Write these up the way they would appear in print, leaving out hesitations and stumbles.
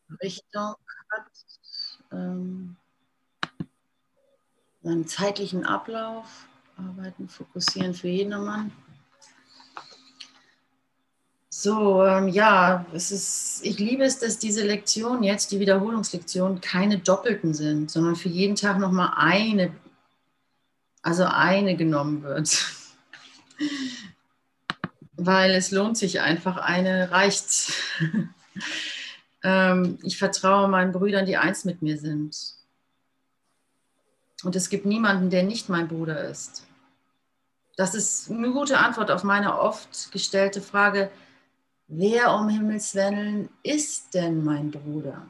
Richtung hat, einen zeitlichen Ablauf, arbeiten, fokussieren für jedermann. So, ja, ich liebe es, dass diese Lektionen jetzt, die Wiederholungslektionen, keine doppelten sind, sondern für jeden Tag nochmal eine genommen wird. Weil es lohnt sich einfach, eine reicht. Ich vertraue meinen Brüdern, die eins mit mir sind. Und es gibt niemanden, der nicht mein Bruder ist. Das ist eine gute Antwort auf meine oft gestellte Frage, wer um Himmels Willen ist denn mein Bruder?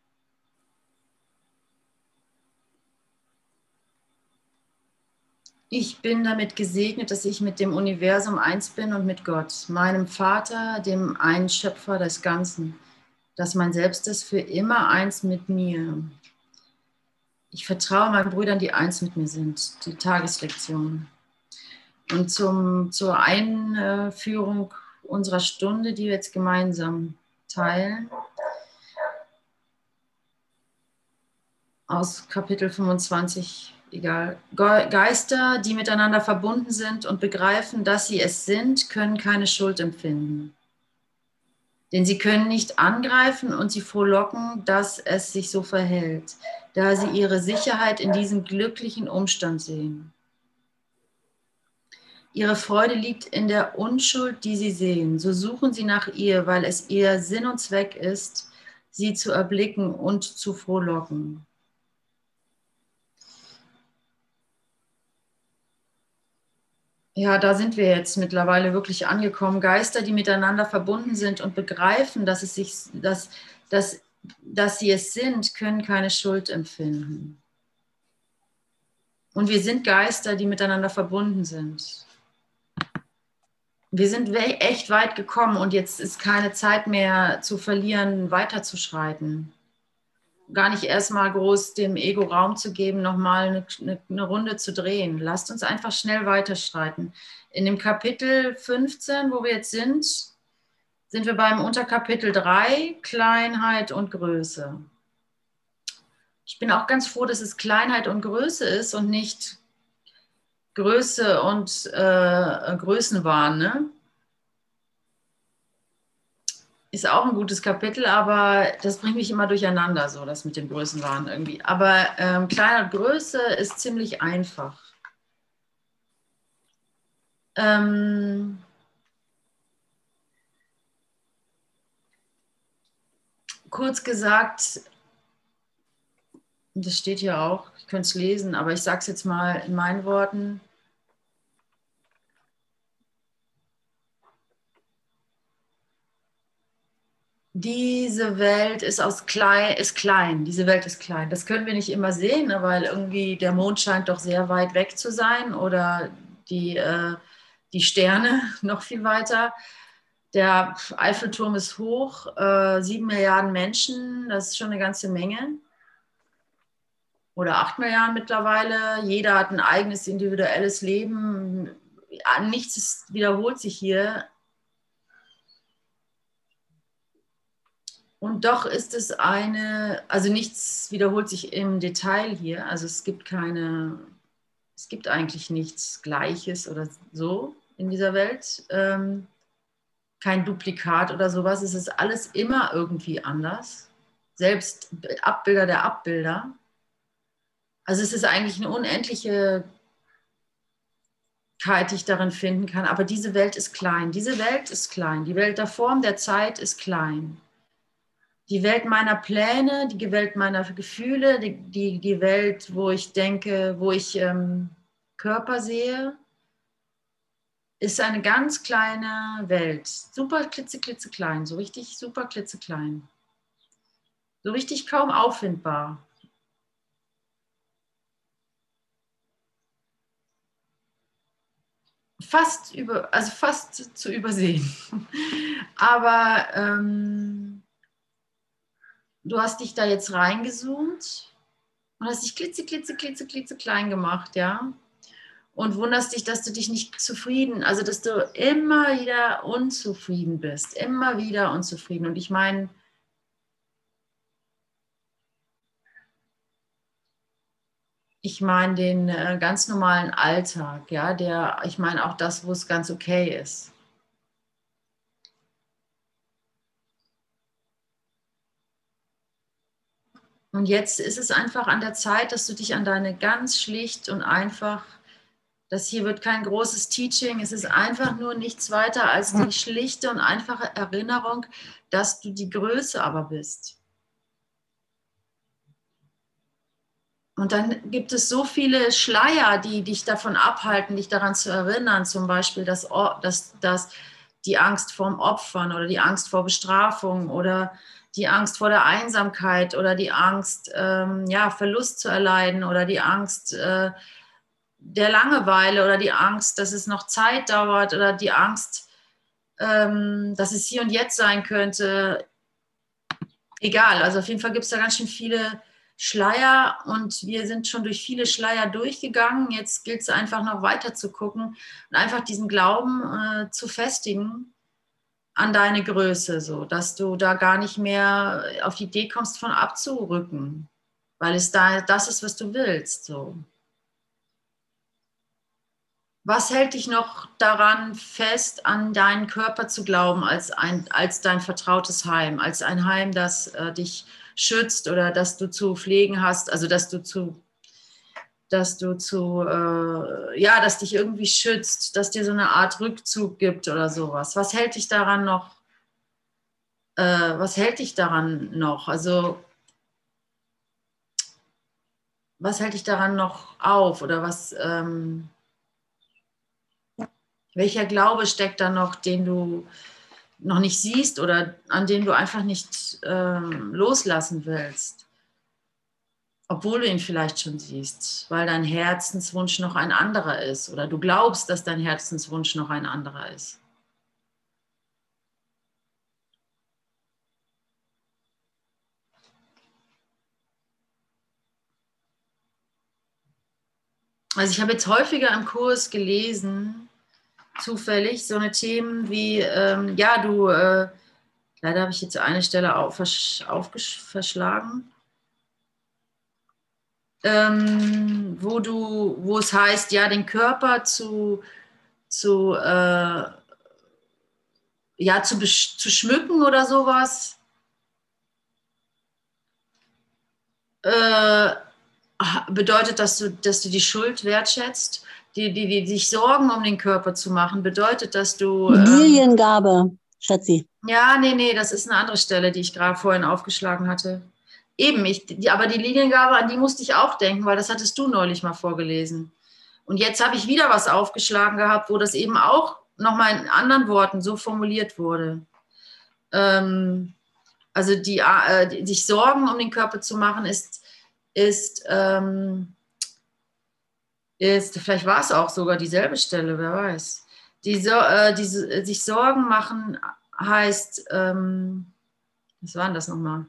Ich bin damit gesegnet, dass ich mit dem Universum eins bin und mit Gott, meinem Vater, dem einen Schöpfer des Ganzen, dass mein Selbst ist für immer eins mit mir. Ich vertraue meinen Brüdern, die eins mit mir sind, die Tageslektion. Und zur Einführung unserer Stunde, die wir jetzt gemeinsam teilen, aus Kapitel 25, egal. Geister, die miteinander verbunden sind und begreifen, dass sie es sind, können keine Schuld empfinden. Denn sie können nicht angreifen und sie frohlocken, dass es sich so verhält, da sie ihre Sicherheit in diesem glücklichen Umstand sehen. Ihre Freude liegt in der Unschuld, die sie sehen. So suchen sie nach ihr, weil es ihr Sinn und Zweck ist, sie zu erblicken und zu frohlocken. Ja, da sind wir jetzt mittlerweile wirklich angekommen. Geister, die miteinander verbunden sind und begreifen, dass sie es sind, können keine Schuld empfinden. Und wir sind Geister, die miteinander verbunden sind. Wir sind echt weit gekommen und jetzt ist keine Zeit mehr zu verlieren, weiterzuschreiten. Gar nicht erstmal groß dem Ego Raum zu geben, nochmal eine Runde zu drehen. Lasst uns einfach schnell weiterschreiten. In dem Kapitel 15, wo wir jetzt sind wir beim Unterkapitel 3, Kleinheit und Größe. Ich bin auch ganz froh, dass es Kleinheit und Größe ist und nicht Größe und Größenwahn, ne? Ist auch ein gutes Kapitel, aber das bringt mich immer durcheinander, so das mit dem Größenwahn irgendwie. Aber Kleiner und Größe ist ziemlich einfach. Kurz gesagt, das steht hier auch, ich könnte es lesen, aber ich sage es jetzt mal in meinen Worten. Diese Welt ist klein, diese Welt ist klein. Das können wir nicht immer sehen, weil irgendwie der Mond scheint doch sehr weit weg zu sein oder die Sterne noch viel weiter. Der Eiffelturm ist hoch, 7 Milliarden Menschen, das ist schon eine ganze Menge. Oder 8 Milliarden mittlerweile. Jeder hat ein eigenes individuelles Leben. Nichts wiederholt sich hier. Und doch ist es also nichts wiederholt sich im Detail hier. Also es gibt eigentlich nichts Gleiches oder so in dieser Welt. Kein Duplikat oder sowas. Es ist alles immer irgendwie anders. Selbst Abbilder der Abbilder. Also es ist eigentlich eine unendliche die ich darin finden kann. Aber diese Welt ist klein. Diese Welt ist klein. Die Welt der Form, der Zeit ist klein. Die Welt meiner Pläne, die Welt meiner Gefühle, die Welt, wo ich denke, wo ich Körper sehe, ist eine ganz kleine Welt. Super klitzeklein, so richtig super klitzeklein. So richtig kaum auffindbar. Fast zu übersehen. Aber du hast dich da jetzt reingezoomt und hast dich klitzeklein gemacht, ja. Und wunderst dich, dass du dich nicht zufrieden, also dass du immer wieder unzufrieden bist, immer wieder unzufrieden. Und ich meine, Ich meine den ganz normalen Alltag, ja, ich meine auch das, wo es ganz okay ist. Und jetzt ist es einfach an der Zeit, dass du dich an deine ganz schlicht und einfach, das hier wird kein großes Teaching, es ist einfach nur nichts weiter als die schlichte und einfache Erinnerung, dass du die Größe aber bist. Und dann gibt es so viele Schleier, die dich davon abhalten, dich daran zu erinnern, zum Beispiel dass die Angst vorm Opfern oder die Angst vor Bestrafung oder die Angst vor der Einsamkeit oder die Angst, Verlust zu erleiden oder die Angst der Langeweile oder die Angst, dass es noch Zeit dauert oder die Angst, dass es hier und jetzt sein könnte. Egal, also auf jeden Fall gibt es da ganz schön viele Schleier und wir sind schon durch viele Schleier durchgegangen. Jetzt gilt es einfach noch weiter zu gucken und einfach diesen Glauben zu festigen an deine Größe, so dass du da gar nicht mehr auf die Idee kommst, von abzurücken, weil es da das ist, was du willst. So. Was hält dich noch daran fest, an deinen Körper zu glauben als dein vertrautes Heim, als ein Heim, das dich schützt oder das du zu pflegen hast, also dass dich irgendwie schützt, dass dir so eine Art Rückzug gibt oder sowas. Was hält dich daran noch? Also was hält dich daran noch auf oder welcher Glaube steckt da noch, den du noch nicht siehst oder an dem du einfach nicht loslassen willst, obwohl du ihn vielleicht schon siehst, weil dein Herzenswunsch noch ein anderer ist oder du glaubst, dass dein Herzenswunsch noch ein anderer ist. Also ich habe jetzt häufiger im Kurs gelesen, zufällig, so eine Themen wie, leider habe ich jetzt eine Stelle verschlagen, wo es heißt, ja, den Körper zu schmücken oder sowas, bedeutet, dass du die Schuld wertschätzt. Die sich Sorgen um den Körper zu machen, bedeutet, dass du... Die Liliengabe, Schatzi. Ja, nee, das ist eine andere Stelle, die ich gerade vorhin aufgeschlagen hatte. Eben, aber die Liniengabe, an die musste ich auch denken, weil das hattest du neulich mal vorgelesen. Und jetzt habe ich wieder was aufgeschlagen gehabt, wo das eben auch nochmal in anderen Worten so formuliert wurde. Also sich Sorgen um den Körper zu machen, vielleicht war es auch sogar dieselbe Stelle, wer weiß. Sich Sorgen machen heißt, was war denn das nochmal?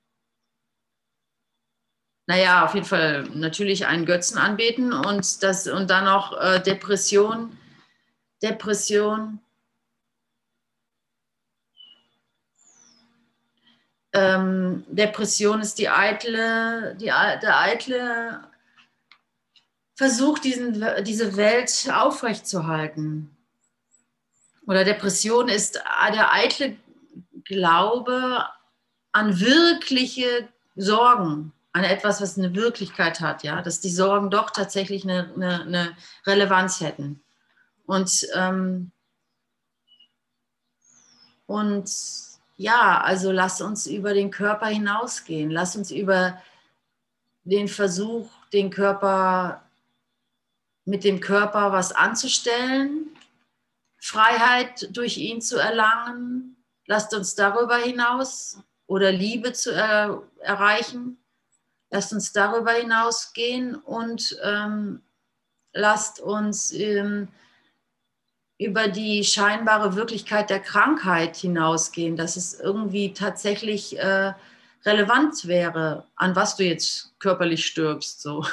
Naja, auf jeden Fall natürlich einen Götzen anbeten und dann noch Depression. Depression ist der eitle Versuch, diese Welt aufrechtzuerhalten. Oder Depression ist der eitle Glaube an wirkliche Sorgen, an etwas, was eine Wirklichkeit hat, ja, dass die Sorgen doch tatsächlich eine Relevanz hätten. Und ja, also lass uns über den Körper hinausgehen. Lass uns über den Versuch, mit dem Körper was anzustellen, Freiheit durch ihn zu erlangen. Lasst uns darüber hinaus oder Liebe zu erreichen. Lasst uns darüber hinausgehen und lasst uns über die scheinbare Wirklichkeit der Krankheit hinausgehen, dass es irgendwie tatsächlich relevant wäre, an was du jetzt körperlich stirbst. So.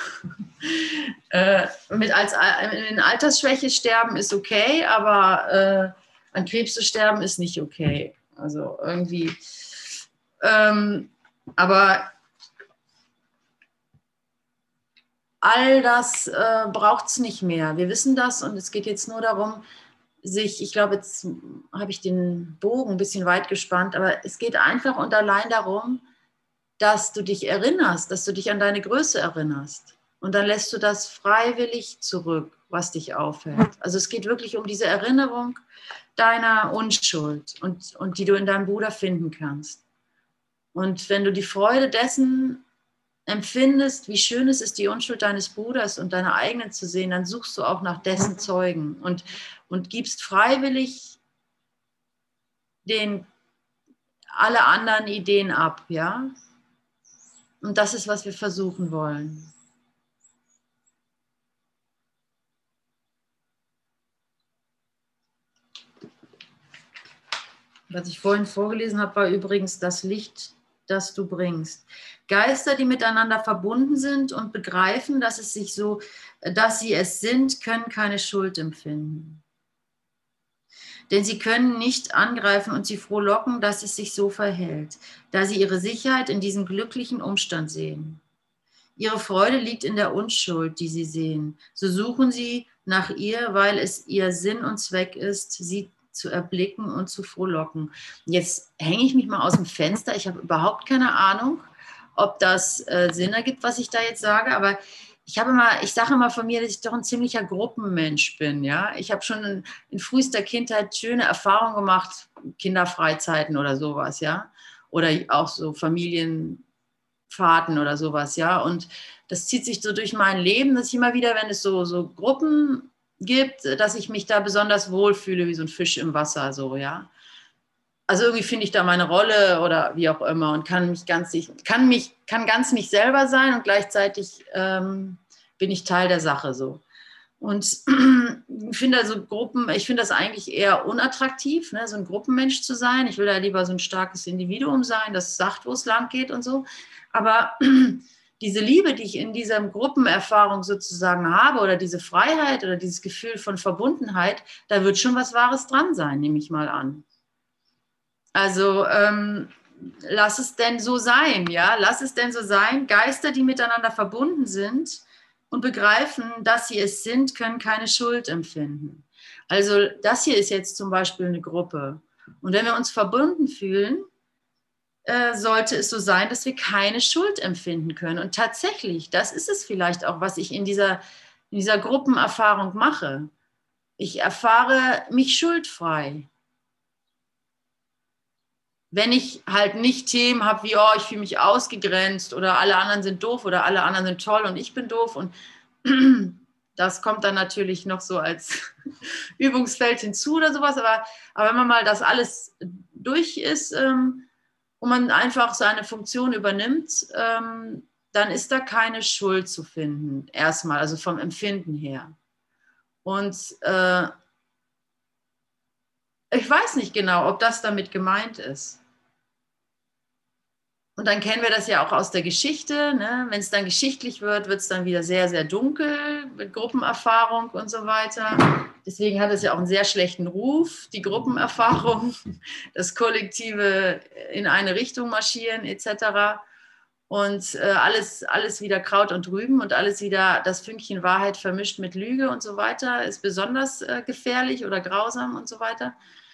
In Altersschwäche sterben ist okay, aber an Krebs zu sterben ist nicht okay. Also irgendwie. Aber all das braucht es nicht mehr. Wir wissen das und es geht jetzt nur darum, ich glaube, jetzt habe ich den Bogen ein bisschen weit gespannt, aber es geht einfach und allein darum, dass du dich erinnerst, dass du dich an deine Größe erinnerst. Und dann lässt du das freiwillig zurück, was dich aufhält. Also es geht wirklich um diese Erinnerung deiner Unschuld und die du in deinem Bruder finden kannst. Und wenn du die Freude dessen empfindest, wie schön es ist, die Unschuld deines Bruders und deiner eigenen zu sehen, dann suchst du auch nach dessen Zeugen und gibst freiwillig alle anderen Ideen ab, ja? Und das ist, was wir versuchen wollen. Was ich vorhin vorgelesen habe, war übrigens das Licht, das du bringst. Geister, die miteinander verbunden sind und begreifen, dass sie es sind, können keine Schuld empfinden. Denn sie können nicht angreifen und sie frohlocken, dass es sich so verhält, da sie ihre Sicherheit in diesem glücklichen Umstand sehen. Ihre Freude liegt in der Unschuld, die sie sehen. So suchen sie nach ihr, weil es ihr Sinn und Zweck ist, sie zu erblicken und zu frohlocken. Jetzt hänge ich mich mal aus dem Fenster. Ich habe überhaupt keine Ahnung, ob das Sinn ergibt, was ich da jetzt sage, aber ich sage immer von mir, dass ich doch ein ziemlicher Gruppenmensch bin. Ja? Ich habe schon in frühester Kindheit schöne Erfahrungen gemacht, Kinderfreizeiten oder sowas, ja, oder auch so Familienfahrten oder sowas, ja. Und das zieht sich so durch mein Leben, dass ich immer wieder, wenn es so Gruppen gibt, dass ich mich da besonders wohlfühle, wie so ein Fisch im Wasser, so, ja. Also irgendwie finde ich da meine Rolle oder wie auch immer und kann ganz mich selber sein und gleichzeitig bin ich Teil der Sache so. Und ich finde das eigentlich eher unattraktiv, ne, so ein Gruppenmensch zu sein. Ich will da lieber so ein starkes Individuum sein, das sagt, wo es lang geht und so. Aber diese Liebe, die ich in dieser Gruppenerfahrung sozusagen habe oder diese Freiheit oder dieses Gefühl von Verbundenheit, da wird schon was Wahres dran sein, nehme ich mal an. Also lass es denn so sein, ja, lass es denn so sein. Geister, die miteinander verbunden sind und begreifen, dass sie es sind, können keine Schuld empfinden. Also das hier ist jetzt zum Beispiel eine Gruppe. Und wenn wir uns verbunden fühlen, sollte es so sein, dass wir keine Schuld empfinden können. Und tatsächlich, das ist es vielleicht auch, was ich in dieser Gruppenerfahrung mache. Ich erfahre mich schuldfrei. Wenn ich halt nicht Themen habe wie, oh, ich fühle mich ausgegrenzt oder alle anderen sind doof oder alle anderen sind toll und ich bin doof. Und das kommt dann natürlich noch so als Übungsfeld hinzu oder sowas. Aber wenn man mal das alles durch ist und man einfach seine Funktion übernimmt, dann ist da keine Schuld zu finden, erstmal, also vom Empfinden her. Und ich weiß nicht genau, ob das damit gemeint ist. Und dann kennen wir das ja auch aus der Geschichte. Ne? Wenn es dann geschichtlich wird, wird es dann wieder sehr, sehr dunkel mit Gruppenerfahrung und so weiter. Deswegen hat es ja auch einen sehr schlechten Ruf, die Gruppenerfahrung, das kollektive in eine Richtung marschieren etc. Und alles wieder Kraut und Rüben und alles wieder das Fünkchen Wahrheit vermischt mit Lüge und so weiter, ist besonders gefährlich oder grausam und so weiter.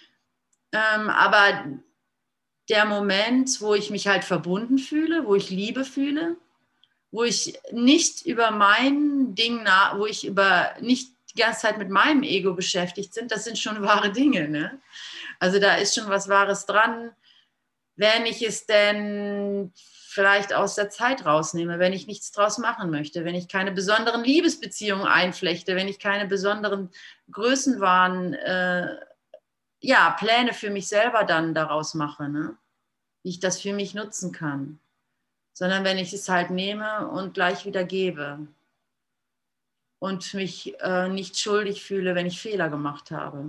Aber der Moment, wo ich mich halt verbunden fühle, wo ich Liebe fühle, wo ich nicht über mein Ding, wo ich nicht die ganze Zeit mit meinem Ego beschäftigt bin, das sind schon wahre Dinge. Ne? Also da ist schon was Wahres dran, wenn ich es denn vielleicht aus der Zeit rausnehme, wenn ich nichts draus machen möchte, wenn ich keine besonderen Liebesbeziehungen einflechte, wenn ich keine besonderen Größenwahn Pläne für mich selber dann daraus mache, ne? Wie ich das für mich nutzen kann, sondern wenn ich es halt nehme und gleich wieder gebe und mich nicht schuldig fühle, wenn ich Fehler gemacht habe.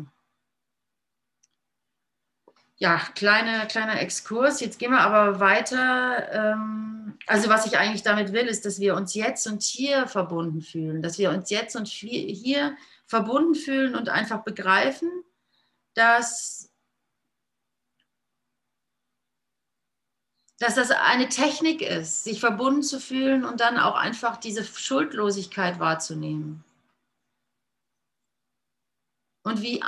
Ja, kleiner Exkurs. Jetzt gehen wir aber weiter. Also was ich eigentlich damit will, ist, dass wir uns jetzt und hier verbunden fühlen, dass wir uns jetzt und hier verbunden fühlen und einfach begreifen, dass dass das eine Technik ist, sich verbunden zu fühlen und dann auch einfach diese Schuldlosigkeit wahrzunehmen. Und wie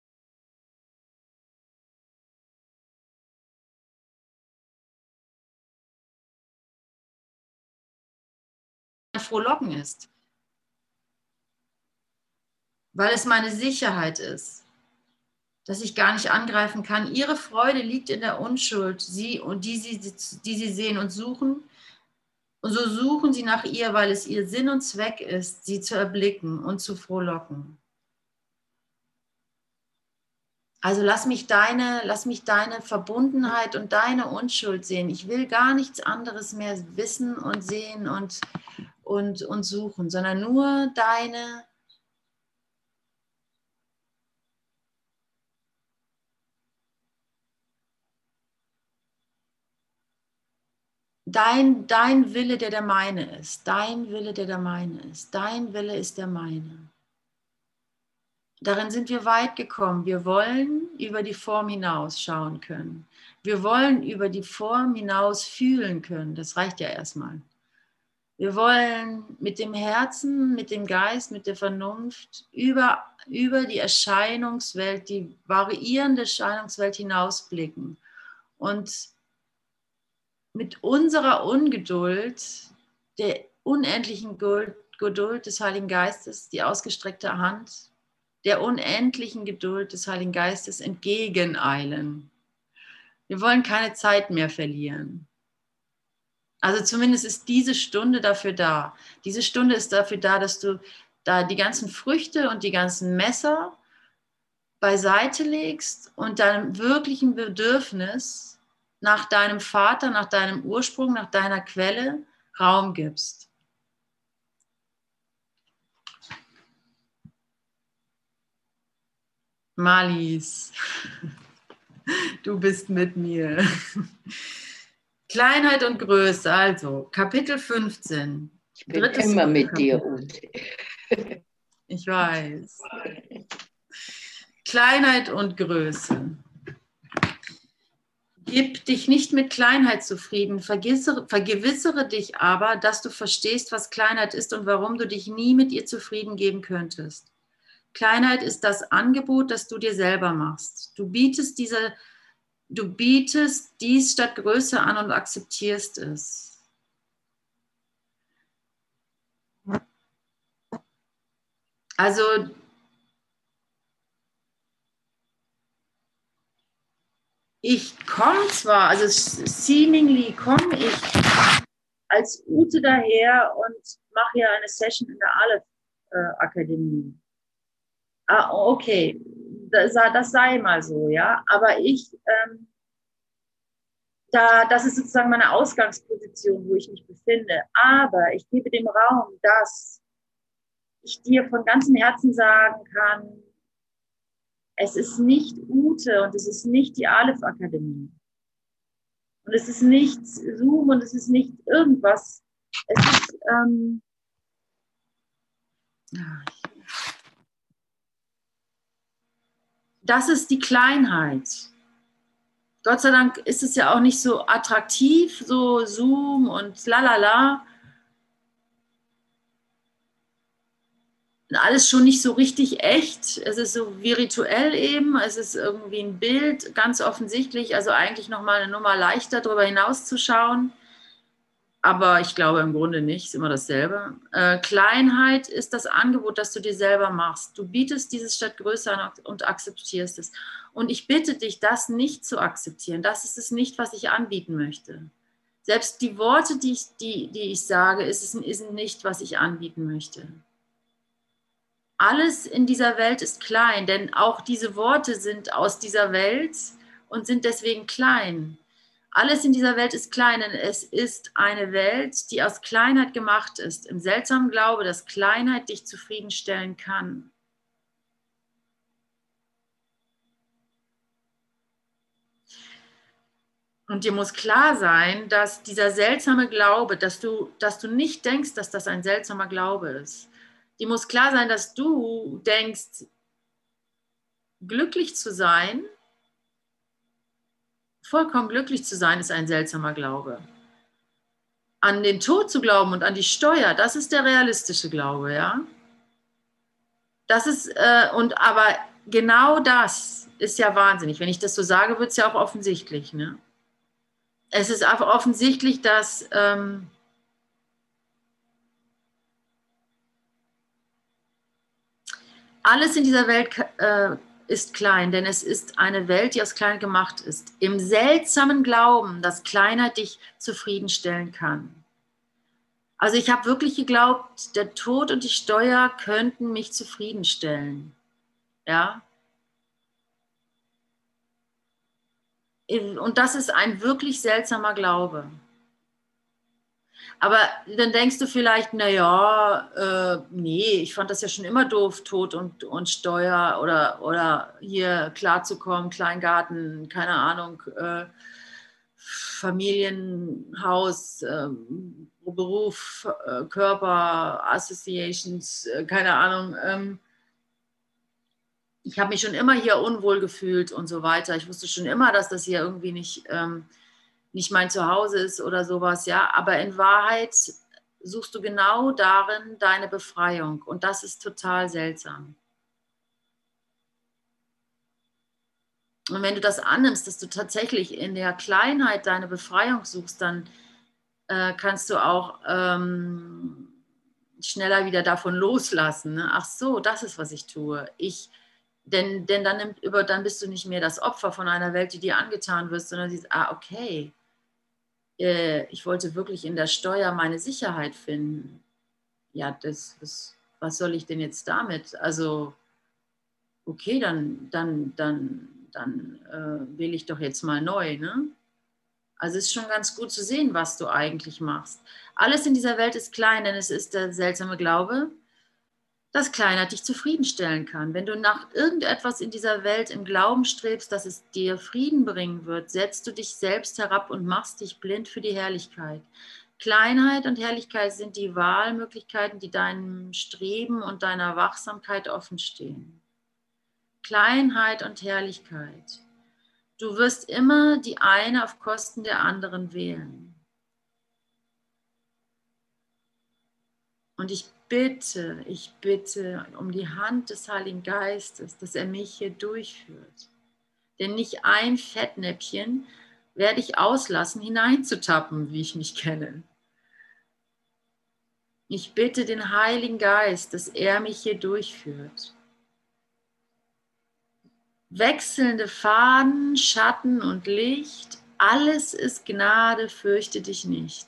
Frohlocken ist, weil es meine Sicherheit ist, dass ich gar nicht angreifen kann. Ihre Freude liegt in der Unschuld, die sie sehen und suchen. Und so suchen sie nach ihr, weil es ihr Sinn und Zweck ist, sie zu erblicken und zu frohlocken. Also lass mich deine Verbundenheit und deine Unschuld sehen. Ich will gar nichts anderes mehr wissen und sehen und suchen, sondern nur dein Wille, der meine ist. Dein Wille, der meine ist. Dein Wille ist der meine. Darin sind wir weit gekommen. Wir wollen über die Form hinaus schauen können. Wir wollen über die Form hinaus fühlen können. Das reicht ja erstmal. Wir wollen mit dem Herzen, mit dem Geist, mit der Vernunft über die Erscheinungswelt, die variierende Erscheinungswelt hinausblicken. Und mit unserer Ungeduld, der unendlichen Geduld des Heiligen Geistes, die ausgestreckte Hand, der unendlichen Geduld des Heiligen Geistes entgegeneilen. Wir wollen keine Zeit mehr verlieren. Also zumindest ist diese Stunde dafür da. Diese Stunde ist dafür da, dass du da die ganzen Früchte und die ganzen Messer beiseite legst und deinem wirklichen Bedürfnis nach deinem Vater, nach deinem Ursprung, nach deiner Quelle Raum gibst. Marlies, du bist mit mir. Kleinheit und Größe, also Kapitel 15. Ich bin immer mit dir, Ute. Ich weiß. Kleinheit und Größe. Gib dich nicht mit Kleinheit zufrieden, vergewissere dich aber, dass du verstehst, was Kleinheit ist und warum du dich nie mit ihr zufrieden geben könntest. Kleinheit ist das Angebot, das du dir selber machst. Du bietest dies statt Größe an und akzeptierst es. Also ich komme zwar, also seemingly komme ich als Ute daher und mache ja eine Session in der Aleph-Akademie. Okay, das sei mal so, ja. Aber das ist sozusagen meine Ausgangsposition, wo ich mich befinde. Aber ich gebe dem Raum, dass ich dir von ganzem Herzen sagen kann, es ist nicht Ute und es ist nicht die Aleph-Akademie. Und es ist nicht Zoom und es ist nicht irgendwas. Es ist, das ist die Kleinheit. Gott sei Dank ist es ja auch nicht so attraktiv, so Zoom und lalala. Alles schon nicht so richtig echt. Es ist so virtuell eben. Es ist irgendwie ein Bild, ganz offensichtlich. Also eigentlich nochmal eine Nummer leichter, darüber hinauszuschauen. Aber ich glaube im Grunde nicht, ist immer dasselbe. Kleinheit ist das Angebot, das du dir selber machst. Du bietest dieses statt Größe an und akzeptierst es. Und ich bitte dich, das nicht zu akzeptieren. Das ist es nicht, was ich anbieten möchte. Selbst die Worte, die ich sage, sind nicht, was ich anbieten möchte. Alles in dieser Welt ist klein, denn auch diese Worte sind aus dieser Welt und sind deswegen klein. Alles in dieser Welt ist klein, denn es ist eine Welt, die aus Kleinheit gemacht ist, im seltsamen Glaube, dass Kleinheit dich zufriedenstellen kann. Und dir muss klar sein, dass dieser seltsame Glaube, dass du nicht denkst, dass das ein seltsamer Glaube ist. Dir muss klar sein, dass du denkst, glücklich zu sein, vollkommen glücklich zu sein, ist ein seltsamer Glaube. An den Tod zu glauben und an die Steuer, das ist der realistische Glaube, ja. Das ist, aber genau das ist ja wahnsinnig. Wenn ich das so sage, wird es ja auch offensichtlich, ne? Es ist einfach offensichtlich, dass alles in dieser Welt ist klein, denn es ist eine Welt, die aus klein gemacht ist. Im seltsamen Glauben, dass Kleinheit dich zufriedenstellen kann. Also ich habe wirklich geglaubt, der Tod und die Steuer könnten mich zufriedenstellen. Ja. Und das ist ein wirklich seltsamer Glaube. Aber dann denkst du vielleicht, naja, nee, ich fand das ja schon immer doof, Tod und Steuer oder hier klarzukommen, Kleingarten, keine Ahnung, Familienhaus, Beruf, Körper, Associations, keine Ahnung. Ich habe mich schon immer hier unwohl gefühlt und so weiter. Ich wusste schon immer, dass das hier irgendwie nicht mein Zuhause ist oder sowas, ja. Aber in Wahrheit suchst du genau darin deine Befreiung. Und das ist total seltsam. Und wenn du das annimmst, dass du tatsächlich in der Kleinheit deine Befreiung suchst, dann kannst du auch schneller wieder davon loslassen. Ne? Ach so, das ist, was ich tue. Denn dann bist du nicht mehr das Opfer von einer Welt, die dir angetan wird, sondern siehst, okay, ich wollte wirklich in der Steuer meine Sicherheit finden. Ja, was soll ich denn jetzt damit? Also, okay, dann wähle ich doch jetzt mal neu, ne? Also es ist schon ganz gut zu sehen, was du eigentlich machst. Alles in dieser Welt ist klein, denn es ist der seltsame Glaube, dass Kleinheit dich zufriedenstellen kann. Wenn du nach irgendetwas in dieser Welt im Glauben strebst, dass es dir Frieden bringen wird, setzt du dich selbst herab und machst dich blind für die Herrlichkeit. Kleinheit und Herrlichkeit sind die Wahlmöglichkeiten, die deinem Streben und deiner Wachsamkeit offenstehen. Kleinheit und Herrlichkeit. Du wirst immer die eine auf Kosten der anderen wählen. Und ich bitte um die Hand des Heiligen Geistes, dass er mich hier durchführt. Denn nicht ein Fettnäpfchen werde ich auslassen, hineinzutappen, wie ich mich kenne. Ich bitte den Heiligen Geist, dass er mich hier durchführt. Wechselnde Faden, Schatten und Licht, alles ist Gnade, fürchte dich nicht.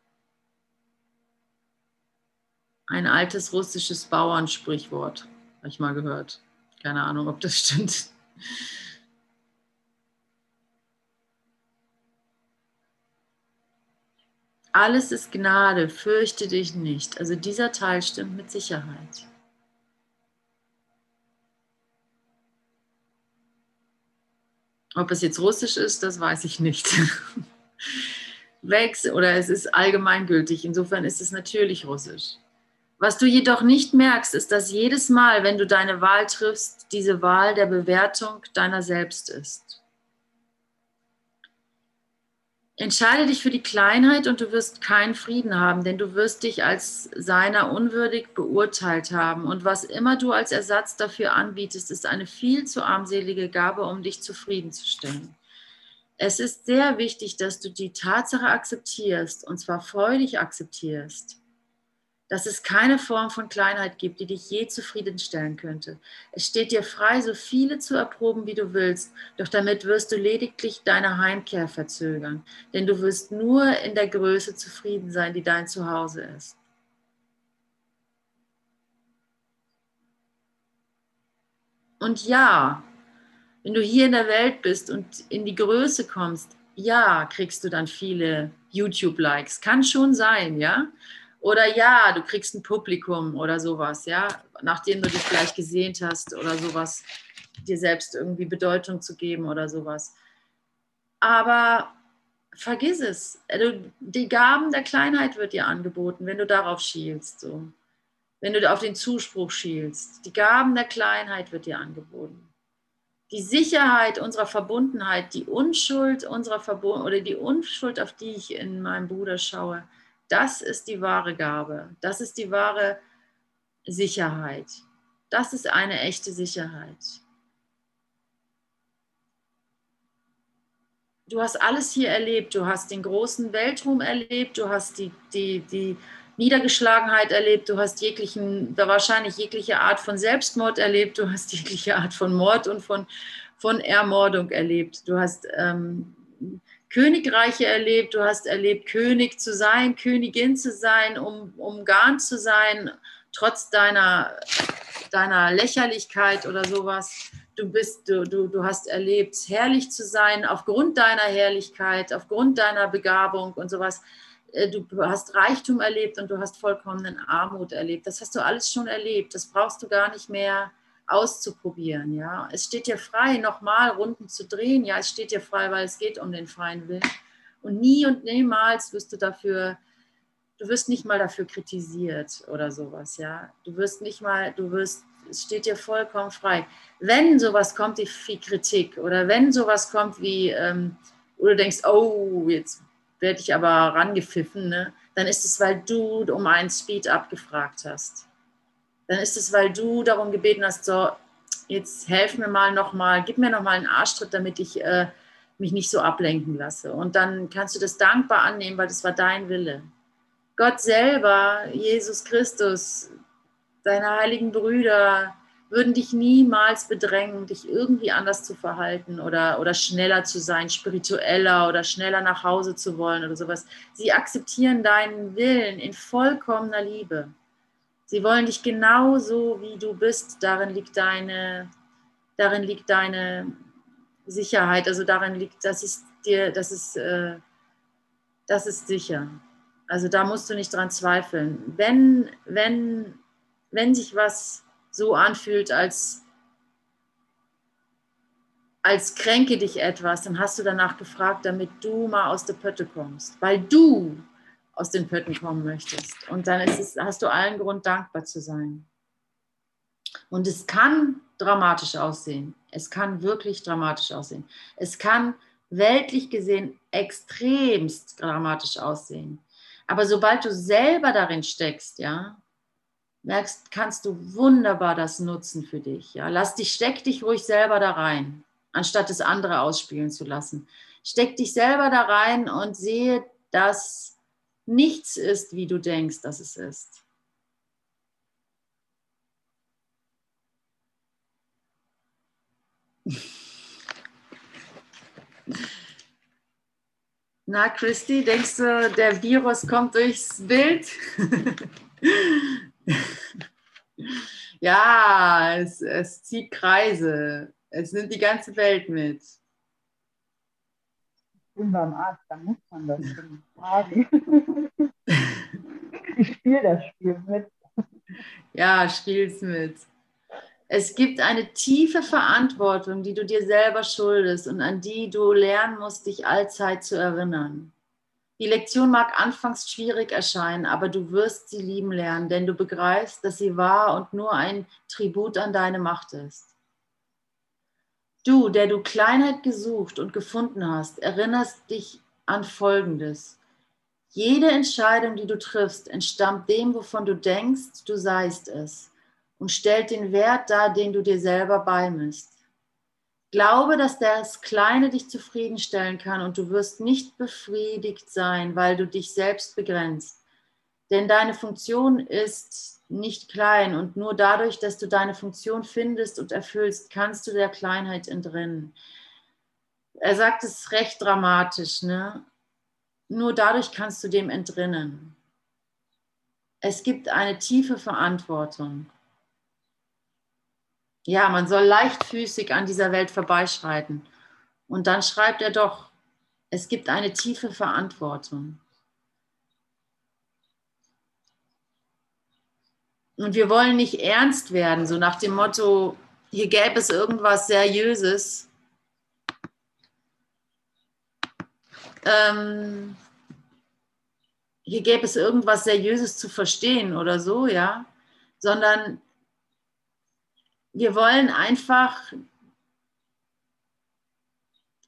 Ein altes russisches Bauernsprichwort, habe ich mal gehört. Keine Ahnung, ob das stimmt. Alles ist Gnade, fürchte dich nicht. Also dieser Teil stimmt mit Sicherheit. Ob es jetzt Russisch ist, das weiß ich nicht. Oder es ist allgemeingültig. Insofern ist es natürlich Russisch. Was du jedoch nicht merkst, ist, dass jedes Mal, wenn du deine Wahl triffst, diese Wahl der Bewertung deiner selbst ist. Entscheide dich für die Kleinheit und du wirst keinen Frieden haben, denn du wirst dich als seiner unwürdig beurteilt haben. Und was immer du als Ersatz dafür anbietest, ist eine viel zu armselige Gabe, um dich zufriedenzustellen. Es ist sehr wichtig, dass du die Tatsache akzeptierst, und zwar freudig akzeptierst, dass es keine Form von Kleinheit gibt, die dich je zufriedenstellen könnte. Es steht dir frei, so viele zu erproben, wie du willst, doch damit wirst du lediglich deine Heimkehr verzögern, denn du wirst nur in der Größe zufrieden sein, die dein Zuhause ist. Und ja, wenn du hier in der Welt bist und in die Größe kommst, ja, kriegst du dann viele YouTube-Likes. Kann schon sein, ja? Oder ja, du kriegst ein Publikum oder sowas, ja, nachdem du dich vielleicht gesehnt hast oder sowas, dir selbst irgendwie Bedeutung zu geben oder sowas. Aber vergiss es. Die Gaben der Kleinheit wird dir angeboten, wenn du darauf schielst. So. Wenn du auf den Zuspruch schielst. Die Gaben der Kleinheit wird dir angeboten. Die Sicherheit unserer Verbundenheit, die Unschuld unserer Verbundenheit oder die Unschuld, auf die ich in meinem Bruder schaue, das ist die wahre Gabe. Das ist die wahre Sicherheit. Das ist eine echte Sicherheit. Du hast alles hier erlebt. Du hast den großen Weltruhm erlebt. Du hast die Niedergeschlagenheit erlebt. Du hast wahrscheinlich jegliche Art von Selbstmord erlebt. Du hast jegliche Art von Mord und von Ermordung erlebt. Du hast Königreiche erlebt. Du hast erlebt, König zu sein, Königin zu sein, umgarnt zu sein, trotz deiner Lächerlichkeit oder sowas. Du hast erlebt, herrlich zu sein, aufgrund deiner Herrlichkeit, aufgrund deiner Begabung und sowas. Du hast Reichtum erlebt und du hast vollkommenen Armut erlebt. Das hast du alles schon erlebt. Das brauchst du gar nicht mehr auszuprobieren. Ja? Es steht dir frei, nochmal Runden zu drehen. Ja, es steht dir frei, weil es geht um den freien Willen. Und nie und niemals wirst du wirst nicht mal dafür kritisiert oder sowas. Ja? Es steht dir vollkommen frei. Wenn sowas kommt wie Kritik oder wenn sowas kommt wie, oder du denkst, oh, jetzt werde ich aber rangepfiffen, ne? Dann ist es, weil du um einen Speed-up gefragt hast. Dann ist es, weil du darum gebeten hast, so, jetzt helf mir mal nochmal, gib mir nochmal einen Arschtritt, damit ich mich nicht so ablenken lasse. Und dann kannst du das dankbar annehmen, weil das war dein Wille. Gott selber, Jesus Christus, deine heiligen Brüder würden dich niemals bedrängen, dich irgendwie anders zu verhalten oder schneller zu sein, spiritueller oder schneller nach Hause zu wollen oder sowas. Sie akzeptieren deinen Willen in vollkommener Liebe. Sie wollen dich genauso, wie du bist. Darin liegt deine Sicherheit. Also darin liegt, das ist sicher. Also da musst du nicht dran zweifeln. Wenn sich was so anfühlt, als kränke dich etwas, dann hast du danach gefragt, damit du mal aus der Pötte kommst, weil du aus den Pötten kommen möchtest. Und dann hast du allen Grund, dankbar zu sein. Und es kann dramatisch aussehen. Es kann wirklich dramatisch aussehen. Es kann weltlich gesehen extremst dramatisch aussehen. Aber sobald du selber darin steckst, ja, kannst du wunderbar das nutzen für dich. Ja. Steck dich ruhig selber da rein, anstatt das andere ausspielen zu lassen. Steck dich selber da rein und sehe, dass nichts ist, wie du denkst, dass es ist. Na, Christi, denkst du, der Virus kommt durchs Bild? Ja, es zieht Kreise. Es nimmt die ganze Welt mit. Ich bin beim Arzt, da muss man das schon fragen. Ich spiele das Spiel mit. Ja, spiel's mit. Es gibt eine tiefe Verantwortung, die du dir selber schuldest und an die du lernen musst, dich allzeit zu erinnern. Die Lektion mag anfangs schwierig erscheinen, aber du wirst sie lieben lernen, denn du begreifst, dass sie wahr und nur ein Tribut an deine Macht ist. Du, der du Kleinheit gesucht und gefunden hast, erinnerst dich an Folgendes. Jede Entscheidung, die du triffst, entstammt dem, wovon du denkst, du seist es und stellt den Wert dar, den du dir selber beimisst. Glaube, dass das Kleine dich zufriedenstellen kann und du wirst nicht befriedigt sein, weil du dich selbst begrenzt. Denn deine Funktion ist nicht klein und nur dadurch, dass du deine Funktion findest und erfüllst, kannst du der Kleinheit entrinnen. Er sagt es recht dramatisch, ne? Nur dadurch kannst du dem entrinnen. Es gibt eine tiefe Verantwortung. Ja, man soll leichtfüßig an dieser Welt vorbeischreiten. Und dann schreibt er doch, es gibt eine tiefe Verantwortung. Und wir wollen nicht ernst werden, so nach dem Motto, hier gäbe es irgendwas Seriöses. Hier gäbe es irgendwas Seriöses zu verstehen oder so, ja, sondern wir wollen einfach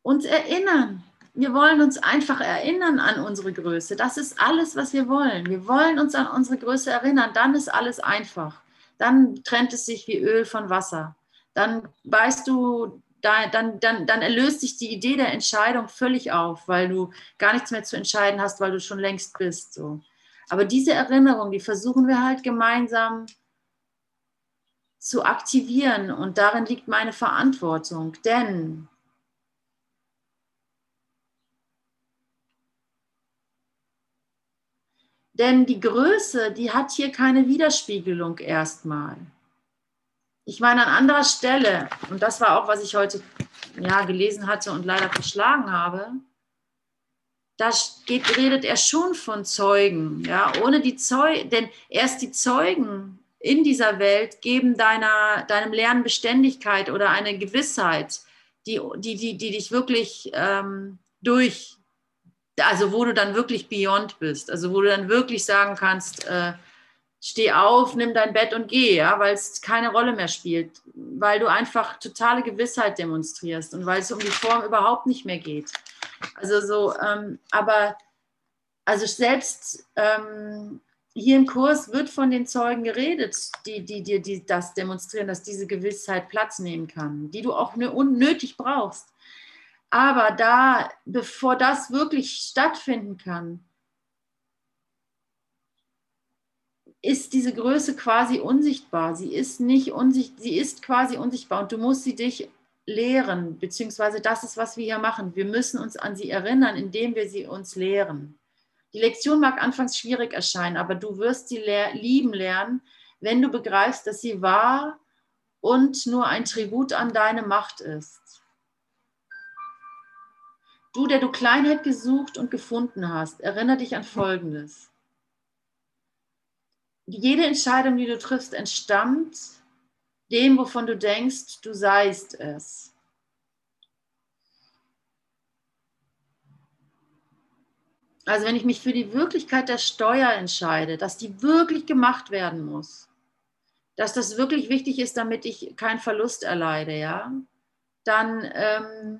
uns erinnern. Wir wollen uns einfach erinnern an unsere Größe. Das ist alles, was wir wollen. Wir wollen uns an unsere Größe erinnern. Dann ist alles einfach. Dann trennt es sich wie Öl von Wasser. Dann weißt du, dann erlöst sich die Idee der Entscheidung völlig auf, weil du gar nichts mehr zu entscheiden hast, weil du schon längst bist. So. Aber diese Erinnerung, die versuchen wir halt gemeinsam zu aktivieren. Und darin liegt meine Verantwortung. Denn die Größe, die hat hier keine Widerspiegelung erstmal. Ich meine, an anderer Stelle, und das war auch, was ich heute gelesen hatte und leider verschlagen habe, da redet er schon von Zeugen. Ja? Ohne die Zeugen, denn erst die Zeugen in dieser Welt geben deinem Lernen Beständigkeit oder eine Gewissheit, die dich wirklich also wo du dann wirklich beyond bist, also wo du dann wirklich sagen kannst, steh auf, nimm dein Bett und geh, ja, weil es keine Rolle mehr spielt, weil du einfach totale Gewissheit demonstrierst und weil es um die Form überhaupt nicht mehr geht. Also so, aber also selbst hier im Kurs wird von den Zeugen geredet, die das demonstrieren, dass diese Gewissheit Platz nehmen kann, die du auch unnötig brauchst. Aber bevor das wirklich stattfinden kann, ist diese Größe quasi unsichtbar. Sie ist quasi unsichtbar und du musst sie dich lehren, beziehungsweise das ist, was wir hier machen. Wir müssen uns an sie erinnern, indem wir sie uns lehren. Die Lektion mag anfangs schwierig erscheinen, aber du wirst sie lieben lernen, wenn du begreifst, dass sie wahr und nur ein Tribut an deine Macht ist. Du, der du Kleinheit gesucht und gefunden hast, erinnere dich an Folgendes. Jede Entscheidung, die du triffst, entstammt dem, wovon du denkst, du seist es. Also wenn ich mich für die Wirklichkeit der Steuer entscheide, dass die wirklich gemacht werden muss, dass das wirklich wichtig ist, damit ich keinen Verlust erleide, ja, dann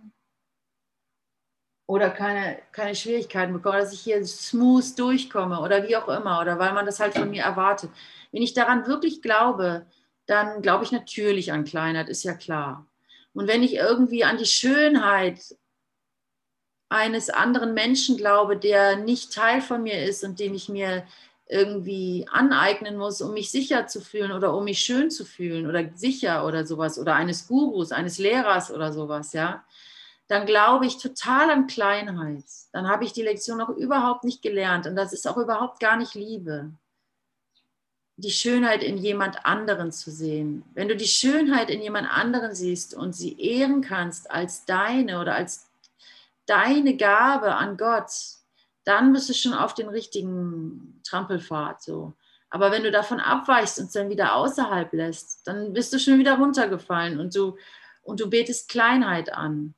oder keine Schwierigkeiten bekomme, dass ich hier smooth durchkomme oder wie auch immer, oder weil man das halt von mir erwartet. Wenn ich daran wirklich glaube, dann glaube ich natürlich an Kleinheit, ist ja klar. Und wenn ich irgendwie an die Schönheit eines anderen Menschen glaube, der nicht Teil von mir ist und den ich mir irgendwie aneignen muss, um mich sicher zu fühlen oder um mich schön zu fühlen oder sicher oder sowas, oder eines Gurus, eines Lehrers oder sowas, ja, dann glaube ich total an Kleinheit. Dann habe ich die Lektion noch überhaupt nicht gelernt und das ist auch überhaupt gar nicht Liebe. Die Schönheit in jemand anderen zu sehen. Wenn du die Schönheit in jemand anderen siehst und sie ehren kannst als deine oder als deine Gabe an Gott, dann bist du schon auf den richtigen Trampelpfad. So. Aber wenn du davon abweichst und es dann wieder außerhalb lässt, dann bist du schon wieder runtergefallen und du betest Kleinheit an.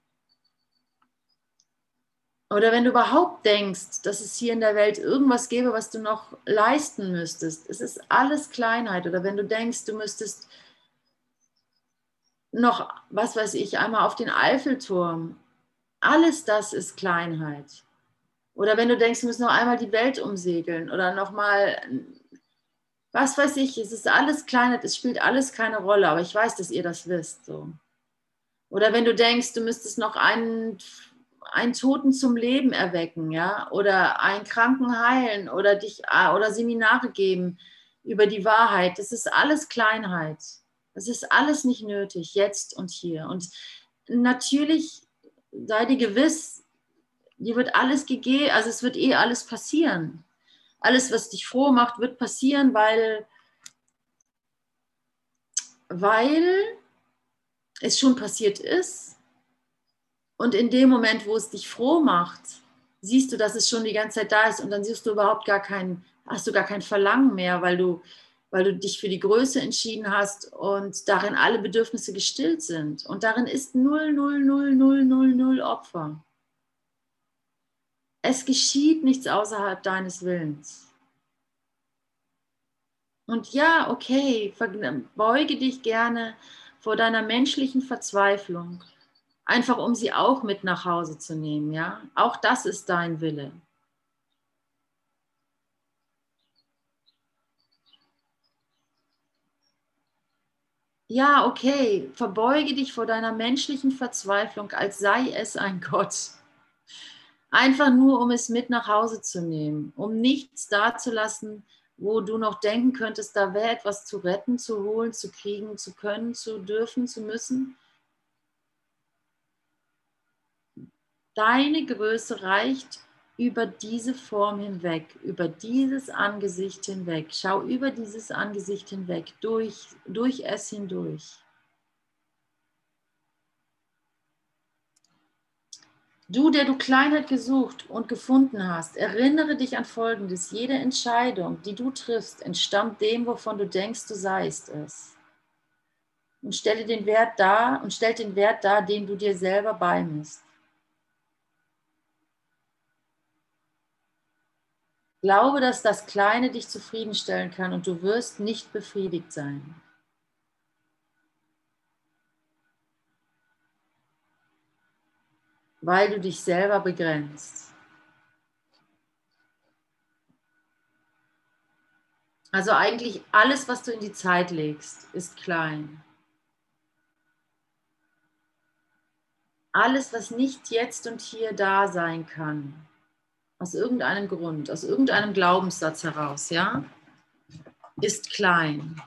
Oder wenn du überhaupt denkst, dass es hier in der Welt irgendwas gäbe, was du noch leisten müsstest, es ist alles Kleinheit. Oder wenn du denkst, du müsstest noch, was weiß ich, einmal auf den Eiffelturm, alles das ist Kleinheit. Oder wenn du denkst, du musst noch einmal die Welt umsegeln oder nochmal, was weiß ich, es ist alles Kleinheit, es spielt alles keine Rolle, aber ich weiß, dass ihr das wisst. So. Oder wenn du denkst, du müsstest noch einen Toten zum Leben erwecken, ja, oder einen Kranken heilen oder Seminare geben über die Wahrheit. Das ist alles Kleinheit. Das ist alles nicht nötig, jetzt und hier. Und natürlich sei dir gewiss, dir wird alles gegeben, also es wird alles passieren. Alles, was dich froh macht, wird passieren, weil es schon passiert ist. Und in dem Moment, wo es dich froh macht, siehst du, dass es schon die ganze Zeit da ist und dann hast du gar kein Verlangen mehr, weil du dich für die Größe entschieden hast und darin alle Bedürfnisse gestillt sind. Und darin ist 0, 0, 0, 0, 0, 0 Opfer. Es geschieht nichts außerhalb deines Willens. Und ja, okay, beuge dich gerne vor deiner menschlichen Verzweiflung. Einfach um sie auch mit nach Hause zu nehmen, ja. Auch das ist dein Wille. Ja, okay, verbeuge dich vor deiner menschlichen Verzweiflung, als sei es ein Gott. Einfach nur, um es mit nach Hause zu nehmen, um nichts dazulassen, wo du noch denken könntest, da wäre etwas zu retten, zu holen, zu kriegen, zu können, zu dürfen, zu müssen. Deine Größe reicht über diese Form hinweg, über dieses Angesicht hinweg. Schau über dieses Angesicht hinweg, durch es hindurch. Du, der du Kleinheit gesucht und gefunden hast, erinnere dich an Folgendes. Jede Entscheidung, die du triffst, entstammt dem, wovon du denkst, du seist es. Und stellt den Wert dar, den du dir selber beimisst. Glaube, dass das Kleine dich zufriedenstellen kann und du wirst nicht befriedigt sein. Weil du dich selber begrenzt. Also eigentlich alles, was du in die Zeit legst, ist klein. Alles, was nicht jetzt und hier da sein kann, aus irgendeinem Grund, aus irgendeinem Glaubenssatz heraus, ja, ist klein.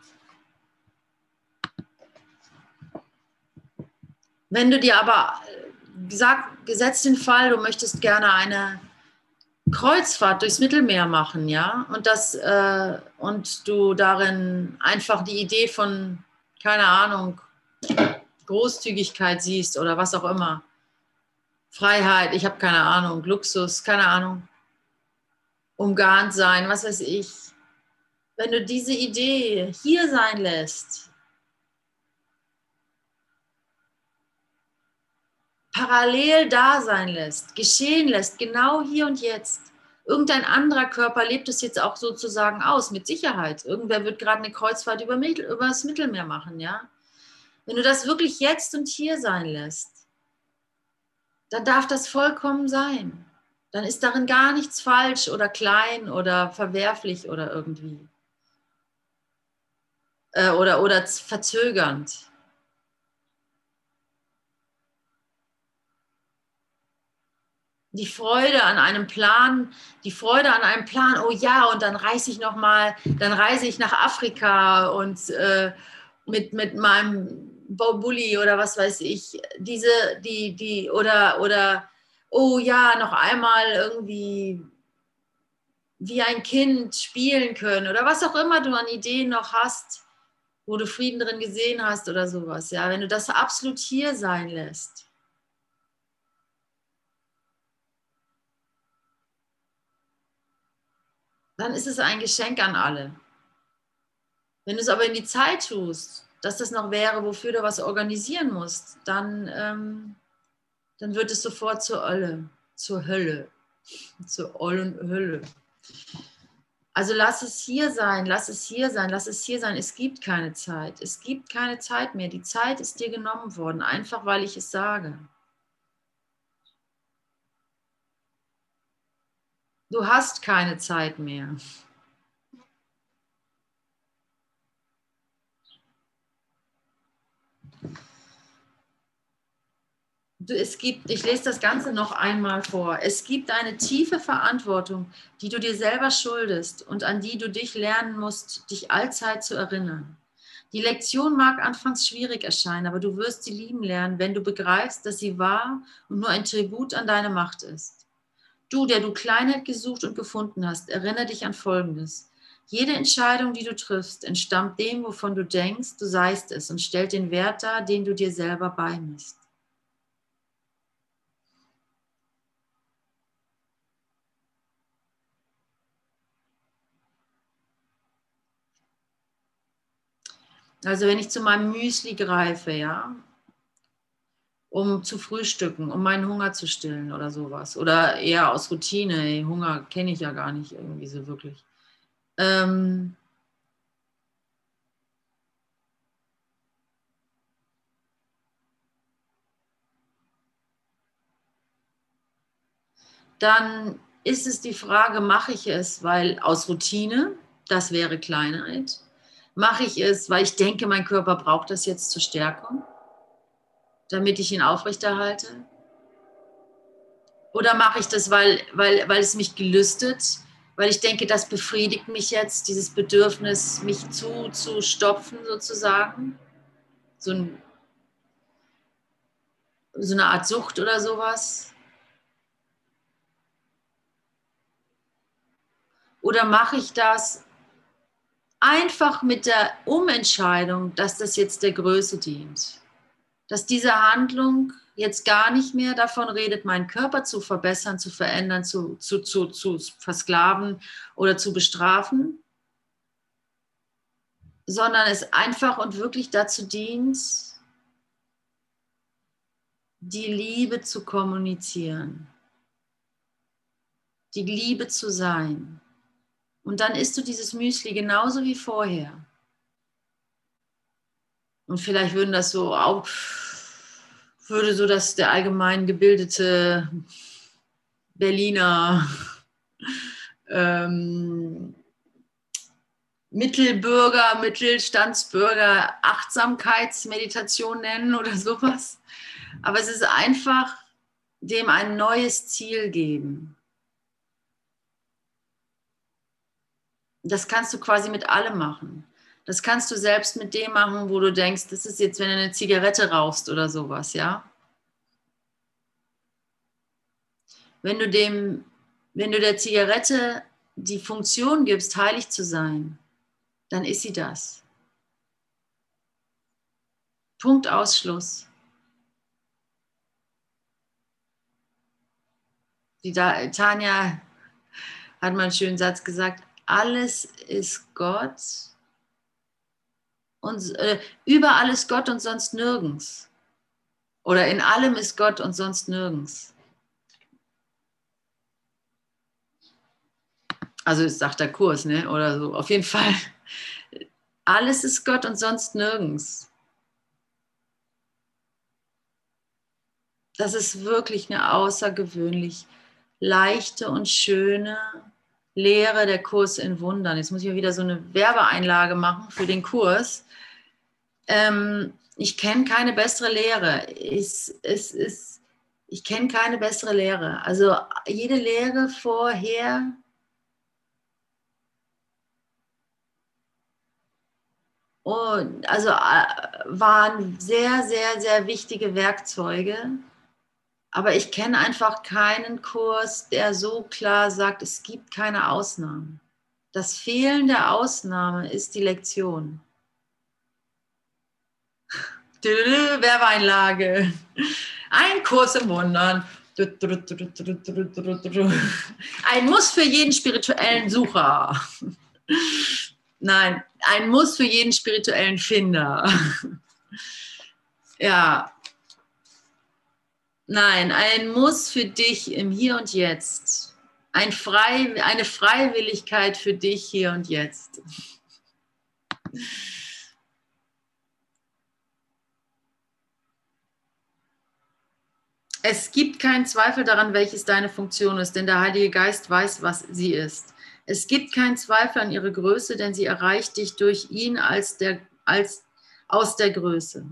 Wenn du dir aber, gesetzt den Fall, du möchtest gerne eine Kreuzfahrt durchs Mittelmeer machen, ja, und du darin einfach die Idee von, keine Ahnung, Großzügigkeit siehst oder was auch immer, Freiheit, ich habe keine Ahnung, Luxus, keine Ahnung, umgarnt sein, was weiß ich. Wenn du diese Idee hier sein lässt, parallel da sein lässt, geschehen lässt, genau hier und jetzt. Irgendein anderer Körper lebt es jetzt auch sozusagen aus, mit Sicherheit. Irgendwer wird gerade eine Kreuzfahrt über das Mittelmeer machen, ja. Wenn du das wirklich jetzt und hier sein lässt, dann darf das vollkommen sein. Dann ist darin gar nichts falsch oder klein oder verwerflich oder irgendwie. Oder verzögernd. Die Freude an einem Plan, oh ja, und dann reise ich nach Afrika und mit meinem Bulli oder was weiß ich, oder oh ja, noch einmal irgendwie wie ein Kind spielen können oder was auch immer du an Ideen noch hast, wo du Frieden drin gesehen hast oder sowas, ja, wenn du das absolut hier sein lässt. Dann ist es ein Geschenk an alle. Wenn du es aber in die Zeit tust, dass das noch wäre, wofür du was organisieren musst, dann wird es sofort zur Hölle, zur ollen Hölle. Also lass es hier sein, lass es hier sein, lass es hier sein. Es gibt keine Zeit. Es gibt keine Zeit mehr. Die Zeit ist dir genommen worden, einfach weil ich es sage. Du hast keine Zeit mehr. Ich lese das Ganze noch einmal vor. Es gibt eine tiefe Verantwortung, die du dir selber schuldest und an die du dich lernen musst, dich allzeit zu erinnern. Die Lektion mag anfangs schwierig erscheinen, aber du wirst sie lieben lernen, wenn du begreifst, dass sie wahr und nur ein Tribut an deine Macht ist. Du, der du Kleinheit gesucht und gefunden hast, erinnere dich an Folgendes. Jede Entscheidung, die du triffst, entstammt dem, wovon du denkst, du seist es und stellt den Wert dar, den du dir selber beimisst. Also wenn ich zu meinem Müsli greife, ja, um zu frühstücken, um meinen Hunger zu stillen oder sowas. Oder eher aus Routine, Hunger kenne ich ja gar nicht irgendwie so wirklich. dann ist es die Frage, mache ich es, weil aus Routine, das wäre Kleinheit, mache ich es, weil ich denke, mein Körper braucht das jetzt zur Stärkung, damit ich ihn aufrechterhalte? Oder mache ich das, weil es mich gelüstet, weil ich denke, das befriedigt mich jetzt, dieses Bedürfnis, mich zu stopfen sozusagen? So eine Art Sucht oder sowas? Oder mache ich das einfach mit der Umentscheidung, dass das jetzt der Größe dient? Dass diese Handlung jetzt gar nicht mehr davon redet, meinen Körper zu verbessern, zu verändern, zu versklaven oder zu bestrafen, sondern es einfach und wirklich dazu dient, die Liebe zu kommunizieren, die Liebe zu sein. Und dann isst du dieses Müsli genauso wie vorher. Und vielleicht würde so dass der allgemein gebildete Berliner Mittelbürger, Mittelstandsbürger Achtsamkeitsmeditation nennen oder sowas. Aber es ist einfach dem ein neues Ziel geben. Das kannst du quasi mit allem machen. Das kannst du selbst mit dem machen, wo du denkst, das ist jetzt, wenn du eine Zigarette rauchst oder sowas, ja. Wenn du der Zigarette die Funktion gibst, heilig zu sein, dann ist sie das. Punkt, Ausschluss. Tanja hat mal einen schönen Satz gesagt, alles ist Gott und überall ist Gott und sonst nirgends. Oder in allem ist Gott und sonst nirgends. Also das sagt der Kurs, ne? Oder so. Auf jeden Fall, alles ist Gott und sonst nirgends. Das ist wirklich eine außergewöhnlich leichte und schöne Lehre, der Kurs in Wundern. Jetzt muss ich wieder so eine Werbeeinlage machen für den Kurs. Ich kenne keine bessere Lehre. Ich kenne keine bessere Lehre. Also jede Lehre vorher waren sehr, sehr, sehr wichtige Werkzeuge. Aber ich kenne einfach keinen Kurs, der so klar sagt, es gibt keine Ausnahmen. Das Fehlen der Ausnahme ist die Lektion. Werbeeinlage. Ein Kurs im Wundern. Ein Muss für jeden spirituellen Sucher. Nein, ein Muss für jeden spirituellen Finder. Ja. Nein, ein Muss für dich im Hier und Jetzt. Eine Freiwilligkeit für dich hier und jetzt. Es gibt keinen Zweifel daran, welches deine Funktion ist, denn der Heilige Geist weiß, was sie ist. Es gibt keinen Zweifel an ihre Größe, denn sie erreicht dich durch ihn aus der Größe.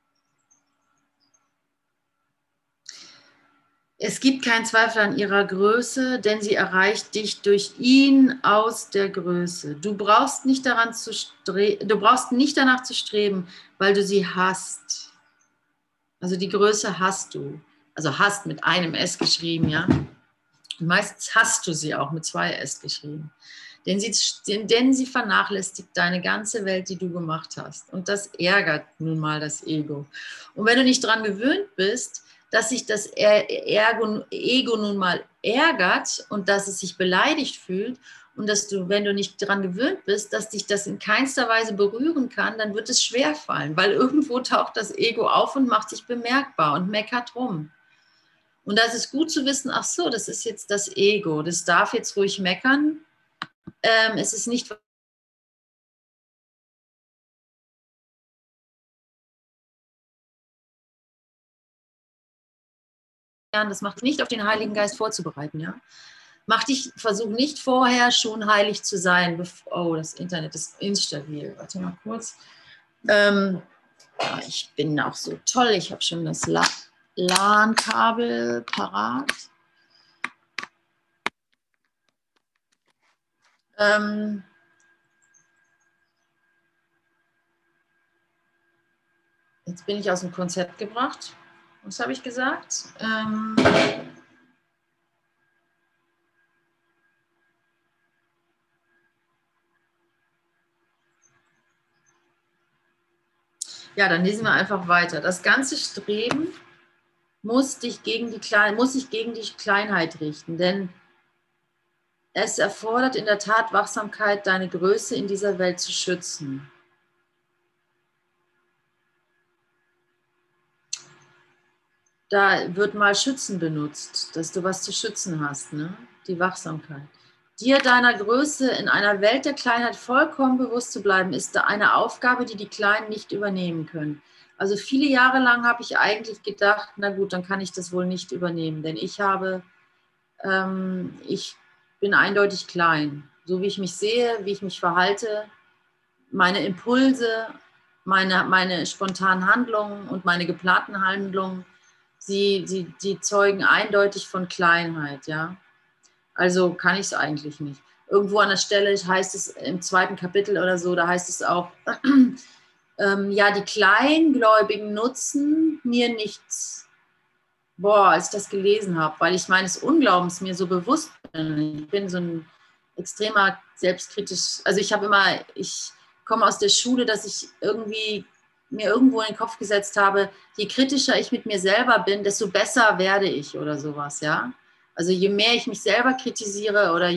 Es gibt keinen Zweifel an ihrer Größe, denn sie erreicht dich durch ihn aus der Größe. Du brauchst nicht danach zu streben, weil du sie hast. Also die Größe hast du. Also hast mit einem S geschrieben, ja. Und meistens hast du sie auch mit 2 S geschrieben. Denn sie vernachlässigt deine ganze Welt, die du gemacht hast. Und das ärgert nun mal das Ego. Und wenn du nicht daran gewöhnt bist, dass sich das Ego nun mal ärgert und dass es sich beleidigt fühlt und dass du, wenn du nicht daran gewöhnt bist, dass dich das in keinster Weise berühren kann, dann wird es schwerfallen, weil irgendwo taucht das Ego auf und macht sich bemerkbar und meckert rum. Und das ist gut zu wissen, ach so, das ist jetzt das Ego, das darf jetzt ruhig meckern. Es ist nicht das macht nicht auf den Heiligen Geist vorzubereiten, ja. Versuch nicht vorher schon heilig zu sein. Oh, das Internet ist instabil. Warte mal kurz. Ich bin auch so toll. Ich habe schon das LAN-Kabel parat. Jetzt bin ich aus dem Konzept gebracht. Was habe ich gesagt? Ja, dann lesen wir einfach weiter. Das ganze Streben muss sich gegen die Kleinheit richten, denn es erfordert in der Tat Wachsamkeit, deine Größe in dieser Welt zu schützen. Da wird mal Schützen benutzt, dass du was zu schützen hast, ne? Die Wachsamkeit. Dir deiner Größe in einer Welt der Kleinheit vollkommen bewusst zu bleiben, ist eine Aufgabe, die die Kleinen nicht übernehmen können. Also viele Jahre lang habe ich eigentlich gedacht, na gut, dann kann ich das wohl nicht übernehmen, denn ich bin eindeutig klein. So wie ich mich sehe, wie ich mich verhalte, meine Impulse, meine spontanen Handlungen und meine geplanten Handlungen, sie zeugen eindeutig von Kleinheit, ja. Also kann ich es eigentlich nicht. Irgendwo an der Stelle heißt es im 2. Kapitel oder so, da heißt es auch, ja, die Kleingläubigen nutzen mir nichts. Boah, als ich das gelesen habe, weil ich meines Unglaubens mir so bewusst bin. Ich bin so ein extremer selbstkritisch, also ich komme aus der Schule, dass ich mir irgendwo in den Kopf gesetzt habe, je kritischer ich mit mir selber bin, desto besser werde ich oder sowas, ja. Also je mehr ich mich selber kritisiere oder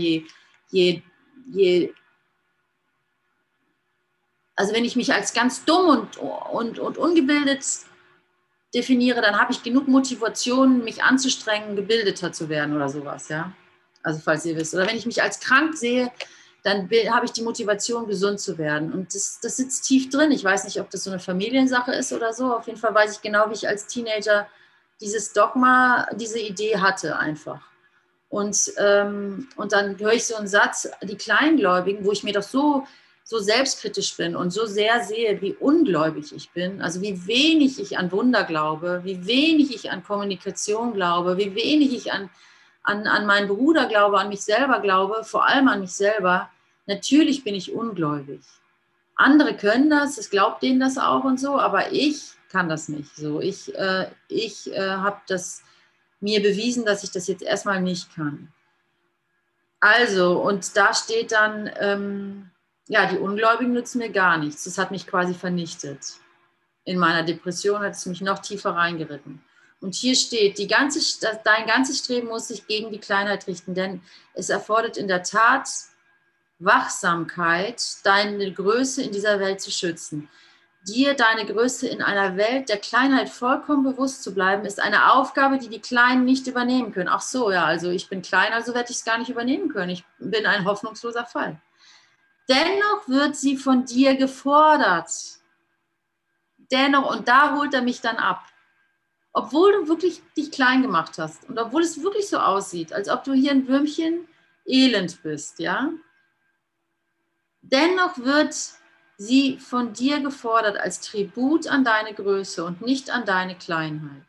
also wenn ich mich als ganz dumm und ungebildet definiere, dann habe ich genug Motivation, mich anzustrengen, gebildeter zu werden oder sowas, ja. Also falls ihr wisst. Oder wenn ich mich als krank sehe, dann habe ich die Motivation, gesund zu werden. Und das sitzt tief drin. Ich weiß nicht, ob das so eine Familiensache ist oder so. Auf jeden Fall weiß ich genau, wie ich als Teenager dieses Dogma, diese Idee hatte einfach. Und dann höre ich so einen Satz, die Kleingläubigen, wo ich mir doch so selbstkritisch bin und so sehr sehe, wie ungläubig ich bin, also wie wenig ich an Wunder glaube, wie wenig ich an Kommunikation glaube, wie wenig ich an meinen Bruder glaube, an mich selber glaube, vor allem an mich selber. Natürlich bin ich ungläubig. Andere können das glaubt denen das auch und so, aber ich kann das nicht so. Ich habe das mir bewiesen, dass ich das jetzt erstmal nicht kann. Also, und da steht dann, ja, die Ungläubigen nützen mir gar nichts. Das hat mich quasi vernichtet. In meiner Depression hat es mich noch tiefer reingeritten. Und hier steht, dein ganzes Streben muss sich gegen die Kleinheit richten, denn es erfordert in der Tat Wachsamkeit, deine Größe in dieser Welt zu schützen. Dir deine Größe in einer Welt der Kleinheit vollkommen bewusst zu bleiben, ist eine Aufgabe, die die Kleinen nicht übernehmen können. Ach so, ja, also ich bin klein, also werde ich es gar nicht übernehmen können. Ich bin ein hoffnungsloser Fall. Dennoch wird sie von dir gefordert. Dennoch, und da holt er mich dann ab. Obwohl du wirklich dich klein gemacht hast und obwohl es wirklich so aussieht, als ob du hier ein Würmchen elend bist, ja. Dennoch wird sie von dir gefordert als Tribut an deine Größe und nicht an deine Kleinheit.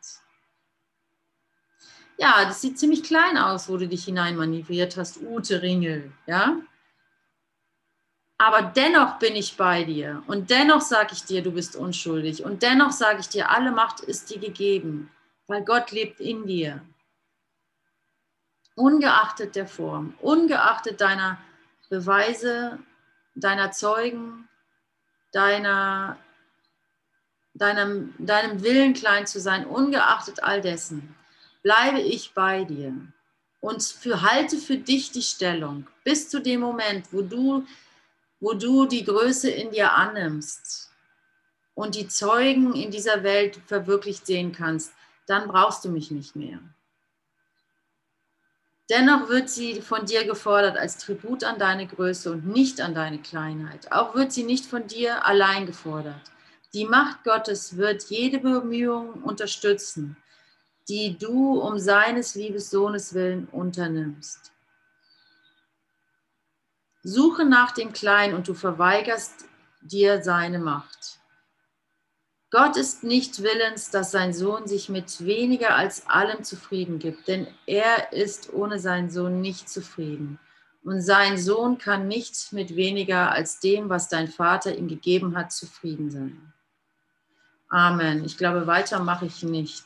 Ja, das sieht ziemlich klein aus, wo du dich hineinmanövriert hast, Ute Ringel, ja. Aber dennoch bin ich bei dir und dennoch sage ich dir, du bist unschuldig und dennoch sage ich dir, alle Macht ist dir gegeben, weil Gott lebt in dir. Ungeachtet der Form, ungeachtet deiner Beweise, deiner Zeugen, deinem Willen klein zu sein, ungeachtet all dessen, bleibe ich bei dir und halte für dich die Stellung bis zu dem Moment, wo du die Größe in dir annimmst und die Zeugen in dieser Welt verwirklicht sehen kannst, dann brauchst du mich nicht mehr. Dennoch wird sie von dir gefordert als Tribut an deine Größe und nicht an deine Kleinheit. Auch wird sie nicht von dir allein gefordert. Die Macht Gottes wird jede Bemühung unterstützen. die du um seines Liebessohnes willen unternimmst. Suche nach dem Kleinen und du verweigerst dir seine Macht. Gott ist nicht willens, dass sein Sohn sich mit weniger als allem zufrieden gibt, denn er ist ohne seinen Sohn nicht zufrieden. Und sein Sohn kann nicht mit weniger als dem, was dein Vater ihm gegeben hat, zufrieden sein. Amen. Ich glaube, weiter mache ich nicht.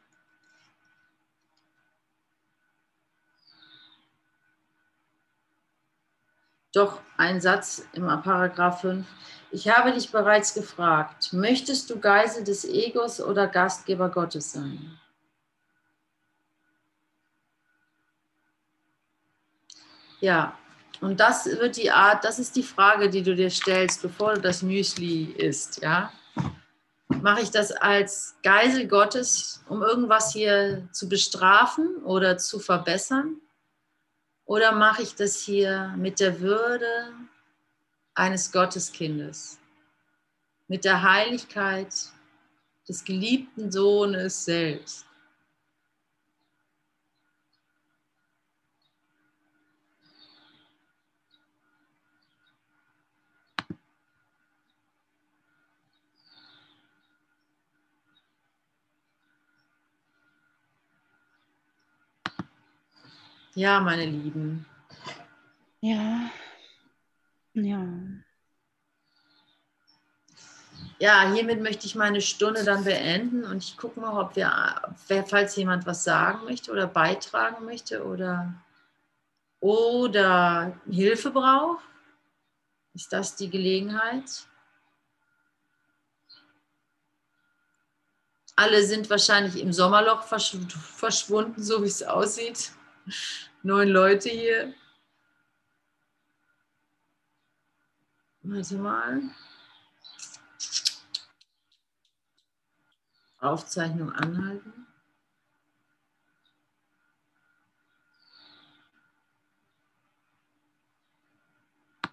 Doch ein Satz im Paragraph 5. Ich habe dich bereits gefragt, möchtest du Geisel des Egos oder Gastgeber Gottes sein? Ja, und das wird die Art, das ist die Frage, die du dir stellst, bevor du das Müsli isst, ja? Mache ich das als Geisel Gottes, um irgendwas hier zu bestrafen oder zu verbessern? Oder mache ich das hier mit der Würde eines Gotteskindes, mit der Heiligkeit des geliebten Sohnes selbst? Ja, meine Lieben. Ja. Ja. Ja, hiermit möchte ich meine Stunde dann beenden und ich gucke mal, ob falls jemand was sagen möchte oder beitragen möchte oder Hilfe braucht, ist das die Gelegenheit? Alle sind wahrscheinlich im Sommerloch verschwunden, so wie es aussieht. 9 Leute hier. Warte mal. Aufzeichnung anhalten.